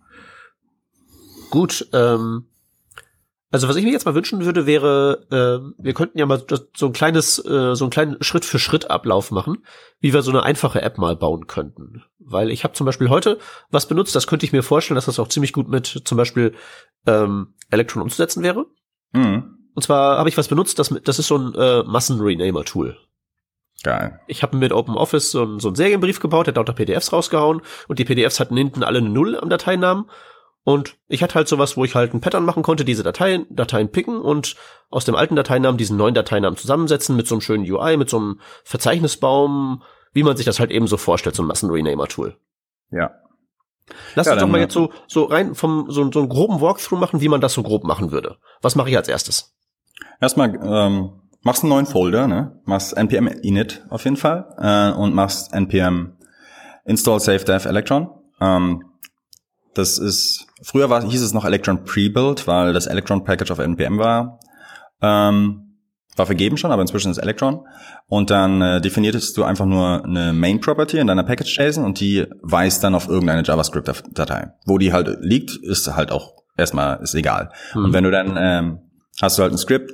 Gut, ähm, also was ich mir jetzt mal wünschen würde, wäre, äh, wir könnten ja mal das, so ein kleines, äh, so einen kleinen Schritt-für-Schritt-Ablauf machen, wie wir so eine einfache App mal bauen könnten. Weil ich habe zum Beispiel heute was benutzt, das könnte ich mir vorstellen, dass das auch ziemlich gut mit zum Beispiel ähm, Electron umzusetzen wäre. Mhm. Und zwar habe ich was benutzt, das, das ist so ein äh, Massen-Renamer-Tool. Geil. Ich habe mit OpenOffice so einen, so einen Serienbrief gebaut, der hat lauter P D Fs rausgehauen und die P D Fs hatten hinten alle eine Null am Dateinamen. Und ich hatte halt sowas, wo ich halt ein Pattern machen konnte, diese Dateien, Dateien picken und aus dem alten Dateinamen diesen neuen Dateinamen zusammensetzen mit so einem schönen U I, mit so einem Verzeichnisbaum, wie man sich das halt eben so vorstellt, so ein Massen-Renamer-Tool. Ja. Lass ja, uns doch mal dann, jetzt so, so rein vom, so, so einen groben Walkthrough machen, wie man das so grob machen würde. Was mache ich als erstes? Erstmal, ähm, machst einen neuen Folder, ne? Machst npm init auf jeden Fall, äh, und machst npm install save dev electron. Ähm, das ist, früher war, hieß es noch Electron Prebuild, weil das Electron Package auf npm war, ähm, war vergeben schon, aber inzwischen ist Electron. Und dann äh, definiertest du einfach nur eine Main Property in deiner Package-JSON und die weist dann auf irgendeine JavaScript-Datei. Wo die halt liegt, ist halt auch erstmal, ist egal. Hm. Und wenn du dann, ähm, hast du halt ein Skript,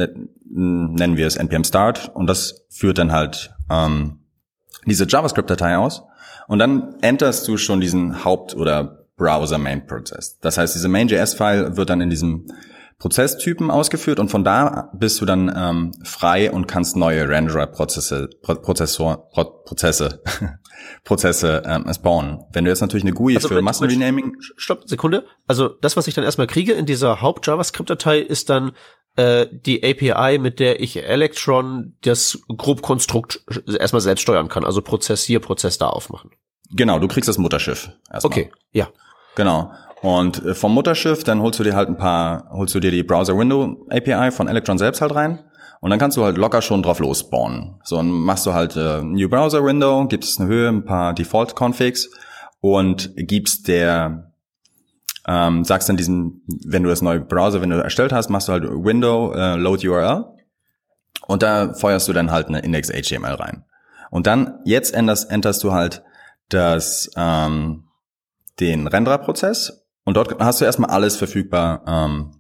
nennen wir es npm start, und das führt dann halt ähm, diese JavaScript-Datei aus. Und dann enterst du schon diesen Haupt- oder Browser-Main-Prozess. Das heißt, diese Main.js-File wird dann in diesem Prozesstypen ausgeführt und von da bist du dann ähm, frei und kannst neue Renderer-Prozesse Pro- Prozessor, Pro- Prozesse Prozesse ähm, spawnen. Wenn du jetzt natürlich eine G U I also, für Massenrenaming... Stopp, Sekunde. Also das, was ich dann erstmal kriege in dieser Haupt-JavaScript-Datei, ist dann äh, die A P I, mit der ich Electron das Grobkonstrukt erstmal selbst steuern kann. Also Prozess hier, Prozess da aufmachen. Genau, du kriegst das Mutterschiff erstmal. Okay, ja. Genau. Und äh, vom Mutterschiff, dann holst du dir halt ein paar, holst du dir die Browser-Window-A P I von Electron selbst halt rein. Und dann kannst du halt locker schon drauf losspawnen. So, dann machst du halt äh, New Browser Window, gibst eine Höhe, ein paar Default-Configs und gibst der, ähm, sagst dann diesen, wenn du das neue Browser-Window erstellt hast, machst du halt Window, äh, Load U R L und da feuerst du dann halt eine Index.H T M L rein. Und dann, jetzt enterst, enterst du halt das, ähm, den Renderer-Prozess und dort hast du erstmal alles verfügbar, ähm,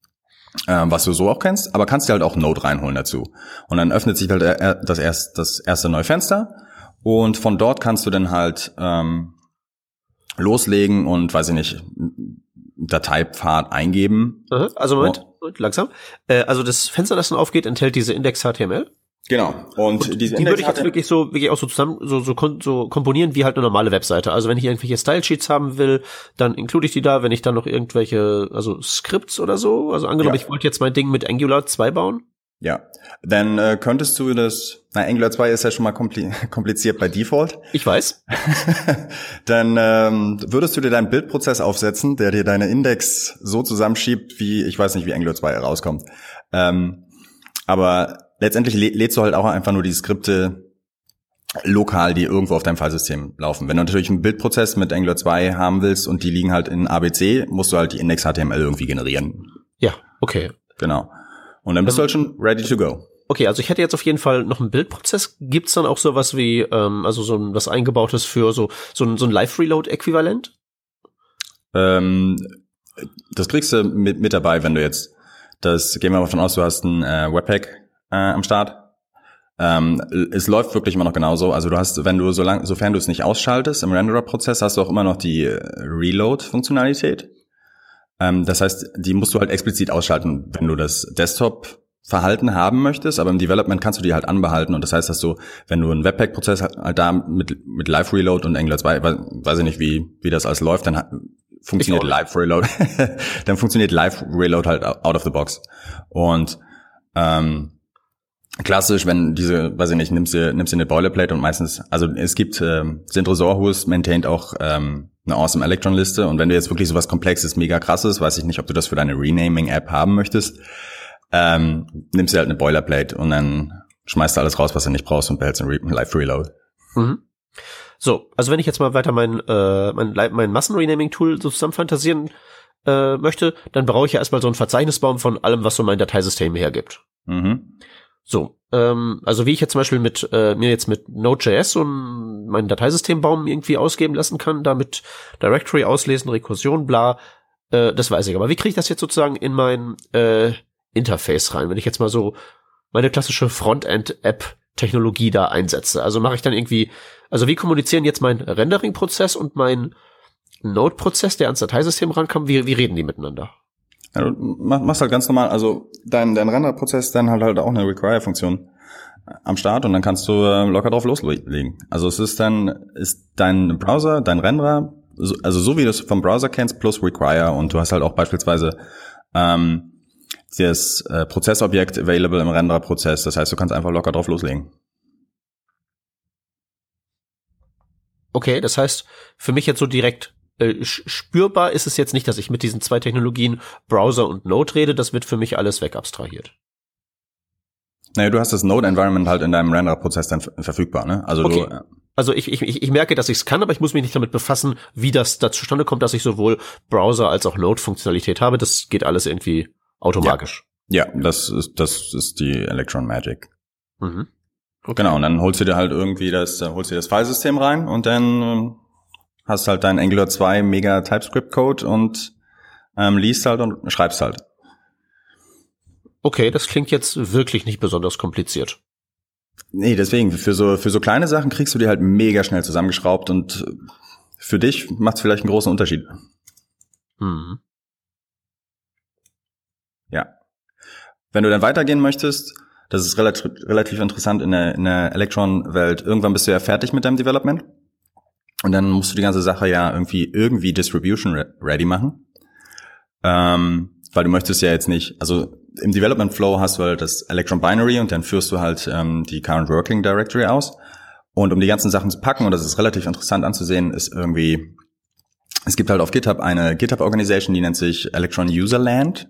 äh, was du so auch kennst, aber kannst dir halt auch Node reinholen dazu. Und dann öffnet sich halt das, erst, das erste neue Fenster und von dort kannst du dann halt ähm, loslegen und, weiß ich nicht, Dateipfad eingeben. Also Moment, oh. langsam. Äh, also das Fenster, das dann aufgeht, enthält diese Index.H T M L. Genau. Und, und diese die würde ich jetzt wirklich so, wirklich auch so zusammen, so, so, so komponieren wie halt eine normale Webseite. Also wenn ich irgendwelche Style-Sheets haben will, dann include ich die da. Wenn ich dann noch irgendwelche, also Scripts oder so, also angenommen, ja. ich wollte jetzt mein Ding mit Angular zwei bauen. Ja, dann äh, könntest du das, na, Angular zwei ist ja schon mal kompli- kompliziert bei Default. Ich weiß. Dann ähm, würdest du dir deinen Bildprozess aufsetzen, der dir deine Index so zusammenschiebt, wie, ich weiß nicht, wie Angular zwei herauskommt. Ähm, aber letztendlich lä- lädst du halt auch einfach nur die Skripte lokal, die irgendwo auf deinem Filesystem laufen. Wenn du natürlich einen Bildprozess mit Angular zwei haben willst und die liegen halt in A B C, musst du halt die Index.H T M L irgendwie generieren. Ja, okay. Genau. Und dann bist also, du halt schon ready to go. Okay, also ich hätte jetzt auf jeden Fall noch einen Bildprozess. Gibt's dann auch sowas wie, ähm, also so ein was eingebautes für so so ein, so ein Live-Reload-Äquivalent? Ähm, das kriegst du mit, mit dabei, wenn du jetzt, das gehen wir mal davon aus, du hast ein äh, Webpack äh, am Start. Ähm, es läuft wirklich immer noch genauso. Also du hast, wenn du so lang, sofern du es nicht ausschaltest im Renderer-Prozess, hast du auch immer noch die Reload-Funktionalität. Ähm, das heißt, die musst du halt explizit ausschalten, wenn du das Desktop-Verhalten haben möchtest, aber im Development kannst du die halt anbehalten und das heißt, dass du, wenn du einen Webpack-Prozess halt da mit, mit Live-Reload und Angular zwei, weiß ich nicht, wie, wie das alles läuft, dann hat, funktioniert Live-Reload, dann funktioniert Live-Reload halt out of the box. Und, ähm, klassisch, wenn diese, weiß ich nicht, nimmst du, nimmst du eine Boilerplate und meistens, also es gibt, ähm, Sindre Sorhus maintaint auch ähm, eine Awesome Electron-Liste und wenn du jetzt wirklich sowas Komplexes, mega krasses, weiß ich nicht, ob du das für deine Renaming-App haben möchtest, ähm, nimmst du halt eine Boilerplate und dann schmeißt du alles raus, was du nicht brauchst und behältst einen Re- Live-Reload. Mhm. So, also wenn ich jetzt mal weiter mein, äh, mein, mein Massen-Renaming-Tool so zusammenfantasieren äh, möchte, dann brauche ich ja erstmal so einen Verzeichnisbaum von allem, was so mein Dateisystem hergibt. Mhm. So, ähm, also wie ich jetzt zum Beispiel mit äh, mir jetzt mit Node.js und meinen Dateisystembaum irgendwie ausgeben lassen kann, da mit Directory auslesen, Rekursion, bla, äh, das weiß ich. Aber wie kriege ich das jetzt sozusagen in mein äh, Interface rein, wenn ich jetzt mal so meine klassische Frontend-App-Technologie da einsetze? Also mache ich dann irgendwie, also wie kommunizieren jetzt mein Rendering-Prozess und mein Node-Prozess, der ans Dateisystem rankam, wie, wie reden die miteinander? Ja, du machst halt ganz normal, also dein, dein Render-Prozess, dann halt halt auch eine Require-Funktion am Start und dann kannst du äh, locker drauf loslegen. Also es ist dann, ist dein Browser, dein Renderer, so, also so wie du es vom Browser kennst, plus Require und du hast halt auch beispielsweise ähm, das äh, Prozessobjekt available im Renderer-Prozess. Das heißt, du kannst einfach locker drauf loslegen. Okay, das heißt, für mich jetzt so direkt Äh, spürbar ist es jetzt nicht, dass ich mit diesen zwei Technologien Browser und Node rede, das wird für mich alles wegabstrahiert. Naja, du hast das Node-Environment halt in deinem Render-Prozess dann verfügbar, ne? Also okay. du, also ich, ich, ich merke, dass ich es kann, aber ich muss mich nicht damit befassen, wie das da zustande kommt, dass ich sowohl Browser als auch Node-Funktionalität habe. Das geht alles irgendwie automatisch. Ja, ja das ist das ist die Electron Magic. Mhm. Okay. Genau, und dann holst du dir halt irgendwie das, holst du dir das Filesystem rein und dann hast halt dein Angular zwei Mega TypeScript Code und ähm, liest halt und schreibst halt. Okay, das klingt jetzt wirklich nicht besonders kompliziert. Nee, deswegen, für so für so kleine Sachen kriegst du die halt mega schnell zusammengeschraubt und für dich macht's vielleicht einen großen Unterschied. Mhm. Ja. Wenn du dann weitergehen möchtest, das ist relativ, relativ interessant in der, in der Electron-Welt, irgendwann bist du ja fertig mit deinem Development. Und dann musst du die ganze Sache ja irgendwie irgendwie Distribution ready machen. Ähm, weil du möchtest ja jetzt nicht, also im Development Flow hast du halt das Electron Binary und dann führst du halt ähm, die Current Working Directory aus. Und um die ganzen Sachen zu packen, und das ist relativ interessant anzusehen, ist irgendwie, es gibt halt auf GitHub eine GitHub-Organisation, die nennt sich Electron Userland.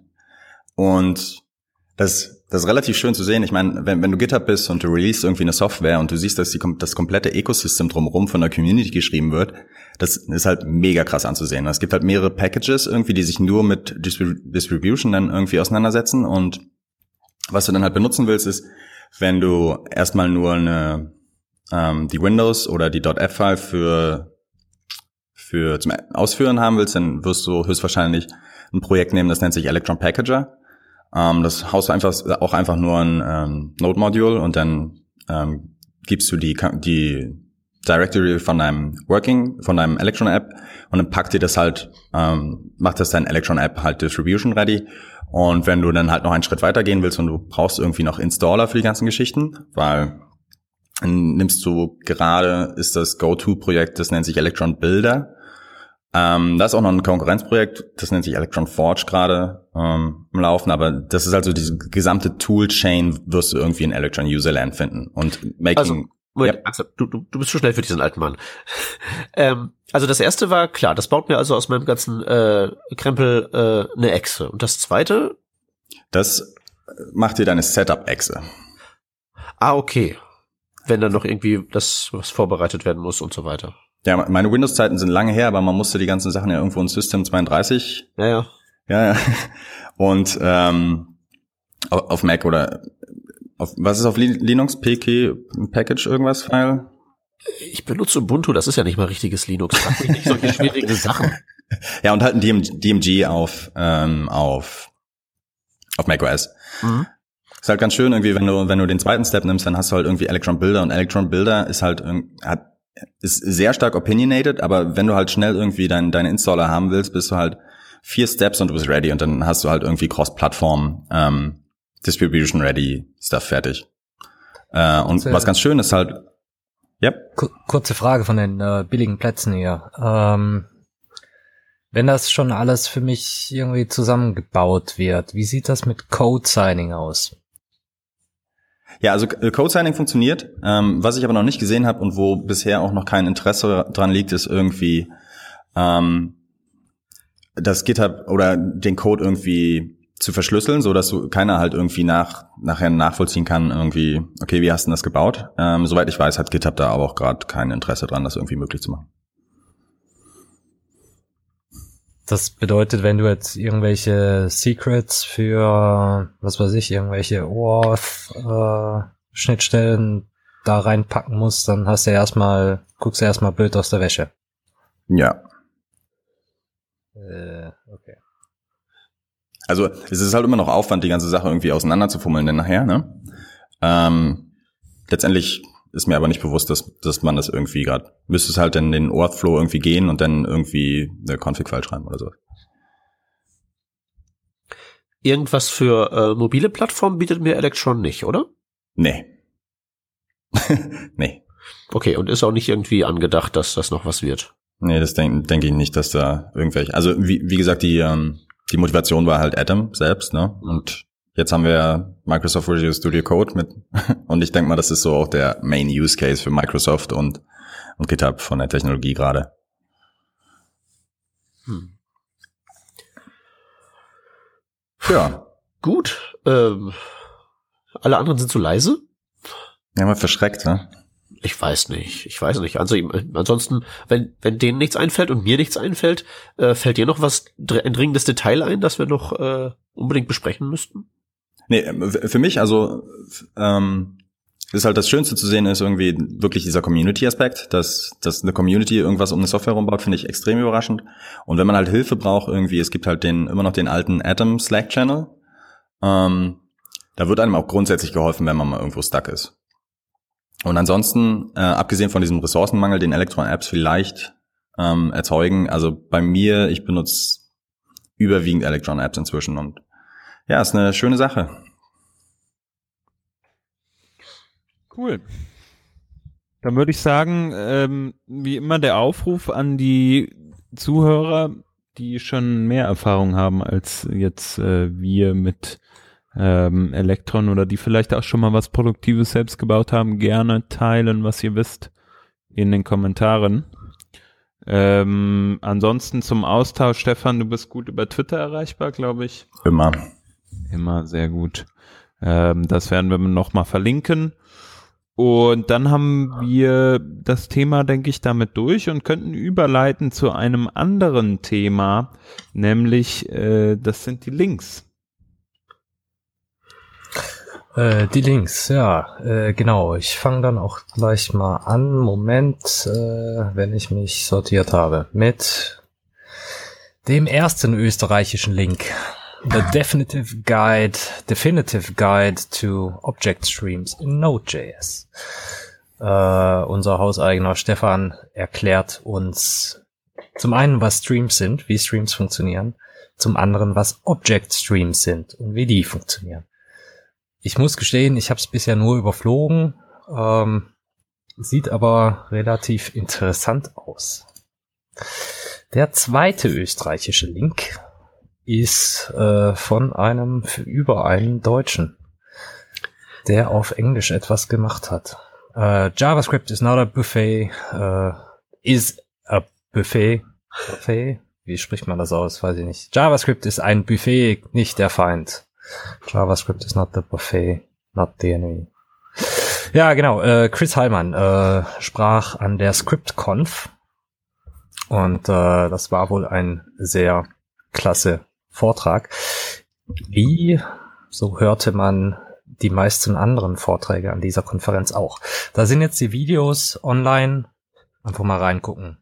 Und das, das ist relativ schön zu sehen. Ich meine, wenn, wenn du GitHub bist und du release irgendwie eine Software und du siehst, dass die, das komplette Ecosystem drumherum von der Community geschrieben wird, das ist halt mega krass anzusehen. Es gibt halt mehrere Packages irgendwie, die sich nur mit Distrib- Distribution dann irgendwie auseinandersetzen. Und was du dann halt benutzen willst, ist, wenn du erstmal nur eine ähm, die Windows oder die .f-File für für zum Ausführen haben willst, dann wirst du höchstwahrscheinlich ein Projekt nehmen, das nennt sich Electron Packager. Um, das haust du einfach auch einfach nur ein ähm, Node-Module und dann ähm, gibst du die die Directory von deinem Working, von deinem Electron-App und dann packt dir das halt, ähm, macht das dein Electron-App halt Distribution ready. Und wenn du dann halt noch einen Schritt weitergehen willst und du brauchst irgendwie noch Installer für die ganzen Geschichten, weil dann nimmst du gerade, ist das Go-To-Projekt, das nennt sich Electron Builder. Ähm, da ist auch noch ein Konkurrenzprojekt, das nennt sich Electron Forge gerade ähm, im Laufen, aber das ist also diese gesamte Toolchain wirst du irgendwie in Electron Userland finden. Und making, also, Moment, ja. Axel, du, du, du bist zu schnell für diesen alten Mann. ähm, also das erste war, klar, das baut mir also aus meinem ganzen äh, Krempel äh, eine Echse. Und das zweite? Das macht dir deine Setup-Echse. Ah, okay. Wenn dann noch irgendwie das, was vorbereitet werden muss und so weiter. Ja, meine Windows-Zeiten sind lange her, aber man musste die ganzen Sachen ja irgendwo in System zweiunddreißig. Ja, ja. Ja, ja. Und ähm, auf Mac oder auf, was ist auf Linux? P K Package irgendwas File? Ich benutze Ubuntu, das ist ja nicht mal richtiges Linux. Frag mich nicht solche schwierigen Sachen. Ja, und halt ein D M G auf ähm, auf auf macOS. Mhm. Ist halt ganz schön irgendwie, wenn du wenn du den zweiten Step nimmst, dann hast du halt irgendwie Electron Builder und Electron Builder ist halt hat ist sehr stark opinionated, aber wenn du halt schnell irgendwie dein, deine Installer haben willst, bist du halt vier Steps und du bist ready und dann hast du halt irgendwie Cross-Plattform ähm, Distribution ready Stuff fertig. Äh, und Kurze, was ganz schön ist halt, ja. Yep. Kurze Frage von den äh, billigen Plätzen hier. Ähm, wenn das schon alles für mich irgendwie zusammengebaut wird, wie sieht das mit Code-Signing aus? Ja, also Code-Signing funktioniert. Ähm, was ich aber noch nicht gesehen habe und wo bisher auch noch kein Interesse dran liegt, ist irgendwie ähm, das GitHub oder den Code irgendwie zu verschlüsseln, so dass du keiner halt irgendwie nach nachher nachvollziehen kann, irgendwie, okay, wie hast du das gebaut? Ähm, soweit ich weiß, hat GitHub da aber auch gerade kein Interesse dran, das irgendwie möglich zu machen. Das bedeutet, wenn du jetzt irgendwelche Secrets für, was weiß ich, irgendwelche O Auth äh, Schnittstellen da reinpacken musst, dann hast du ja erstmal, guckst du erstmal blöd aus der Wäsche. Ja. Äh, okay. Also es ist halt immer noch Aufwand, die ganze Sache irgendwie auseinanderzufummeln denn nachher, ne? Ähm, letztendlich ist mir aber nicht bewusst, dass dass man das irgendwie gerade, müsste es halt in den O Auth Flow irgendwie gehen und dann irgendwie eine Config-File schreiben oder so. Irgendwas für äh, mobile Plattformen bietet mir Electron nicht, oder? Nee. nee. Okay, und ist auch nicht irgendwie angedacht, dass das noch was wird? Nee, das denke denk ich nicht, dass da irgendwelche, also wie, wie gesagt, die ähm, die Motivation war halt Atom selbst, ne? Und jetzt haben wir Microsoft Visual Studio Code mit, und ich denke mal, das ist so auch der Main Use Case für Microsoft und, und GitHub von der Technologie gerade. Hm. Ja. Gut. Ähm, alle anderen sind so leise? Ja, mal verschreckt, ne? Ich weiß nicht, ich weiß nicht. Also ansonsten, wenn wenn denen nichts einfällt und mir nichts einfällt, äh, fällt dir noch was ein dringendes Detail ein, das wir noch äh, unbedingt besprechen müssten? Nee, für mich, also ähm, ist halt das Schönste zu sehen, ist irgendwie wirklich dieser Community-Aspekt, dass, dass eine Community irgendwas um eine Software rumbaut, finde ich extrem überraschend. Und wenn man halt Hilfe braucht irgendwie, es gibt halt den immer noch den alten Atom Slack-Channel, ähm, da wird einem auch grundsätzlich geholfen, wenn man mal irgendwo stuck ist. Und ansonsten, äh, abgesehen von diesem Ressourcenmangel, den Electron-Apps vielleicht ähm, erzeugen, also bei mir, ich benutze überwiegend Electron-Apps inzwischen und ja, ist eine schöne Sache. Cool. Dann würde ich sagen, ähm, wie immer der Aufruf an die Zuhörer, die schon mehr Erfahrung haben als jetzt äh, wir mit ähm, Electron oder die vielleicht auch schon mal was Produktives selbst gebaut haben, gerne teilen, was ihr wisst, in den Kommentaren. Ähm, ansonsten zum Austausch, Stefan, du bist gut über Twitter erreichbar, glaube ich. Immer. Immer sehr gut. Ähm, das werden wir nochmal verlinken. Und dann haben wir das Thema, denke ich, damit durch und könnten überleiten zu einem anderen Thema, nämlich äh, das sind die Links. Äh, die Links, ja, äh, genau. Ich fange dann auch gleich mal an. Moment, äh, wenn ich mich sortiert habe. Mit dem ersten österreichischen Link. The Definitive Guide, Definitive Guide to Object Streams in Node.js. Äh, unser hauseigener Stefan erklärt uns zum einen, was Streams sind, wie Streams funktionieren, zum anderen, was Object Streams sind und wie die funktionieren. Ich muss gestehen, ich habe es bisher nur überflogen, ähm, sieht aber relativ interessant aus. Der zweite österreichische Link ist äh, von einem über einen Deutschen, der auf Englisch etwas gemacht hat. Uh, JavaScript is not a buffet, uh, is a buffet, buffet? Wie spricht man das aus? Weiß ich nicht. JavaScript ist ein Buffet, nicht der Feind. JavaScript is not the buffet, not the enemy. Ja, genau. Äh, Chris Heilmann äh, sprach an der ScriptConf und äh, das war wohl ein sehr klasse Vortrag. Wie, so hörte man die meisten anderen Vorträge an dieser Konferenz auch. Da sind jetzt die Videos online. Einfach mal reingucken.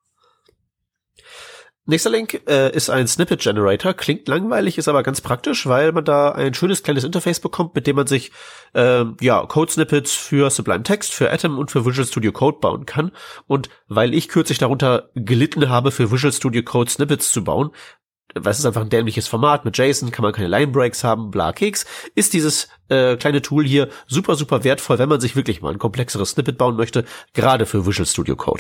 Nächster Link äh, ist ein Snippet Generator. Klingt langweilig, ist aber ganz praktisch, weil man da ein schönes kleines Interface bekommt, mit dem man sich äh, ja Code-Snippets für Sublime Text, für Atom und für Visual Studio Code bauen kann. Und weil ich kürzlich darunter gelitten habe, für Visual Studio Code Snippets zu bauen, weil es ist einfach ein dämliches Format, mit JSON kann man keine Line-Breaks haben, bla Keks, ist dieses äh, kleine Tool hier super, super wertvoll, wenn man sich wirklich mal ein komplexeres Snippet bauen möchte, gerade für Visual Studio Code.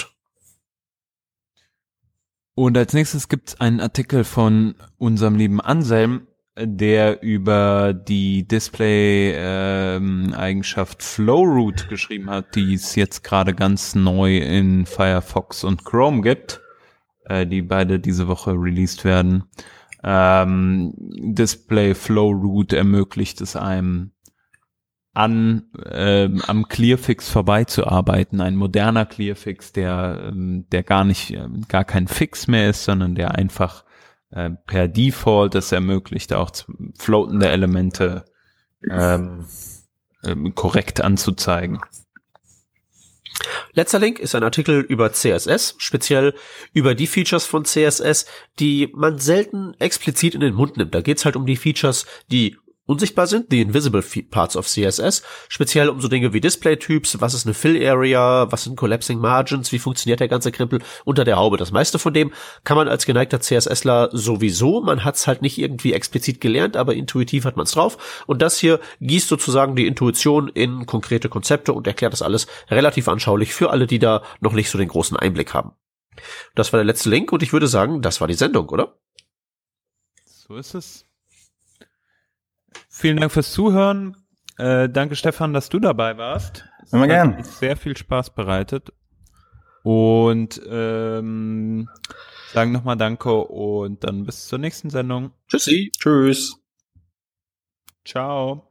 Und als nächstes gibt's einen Artikel von unserem lieben Anselm, der über die Display-Eigenschaft ähm, Flowroot geschrieben hat, die es jetzt gerade ganz neu in Firefox und Chrome gibt, äh, die beide diese Woche released werden. Ähm, Display Flowroot ermöglicht es einem, an ähm, am Clearfix vorbeizuarbeiten, ein moderner Clearfix, der ähm, der gar nicht äh, gar kein Fix mehr ist, sondern der einfach äh, per Default es ermöglicht, auch floatende Elemente ähm, ähm, korrekt anzuzeigen. Letzter Link ist ein Artikel über C S S, speziell über die Features von C S S, die man selten explizit in den Mund nimmt. Da geht's halt um die Features, die unsichtbar sind, die Invisible Parts of C S S, speziell um so Dinge wie Display-Typs, was ist eine Fill-Area, was sind Collapsing Margins, wie funktioniert der ganze Krempel unter der Haube. Das meiste von dem kann man als geneigter CSSler sowieso, man hat es halt nicht irgendwie explizit gelernt, aber intuitiv hat man es drauf. Und das hier gießt sozusagen die Intuition in konkrete Konzepte und erklärt das alles relativ anschaulich für alle, die da noch nicht so den großen Einblick haben. Das war der letzte Link und ich würde sagen, das war die Sendung, oder? So ist es. Vielen Dank fürs Zuhören. Äh, danke, Stefan, dass du dabei warst. Immer gern. Hat uns sehr viel Spaß bereitet. Und ähm, sagen nochmal Danke und dann bis zur nächsten Sendung. Tschüssi. Tschüss. Ciao.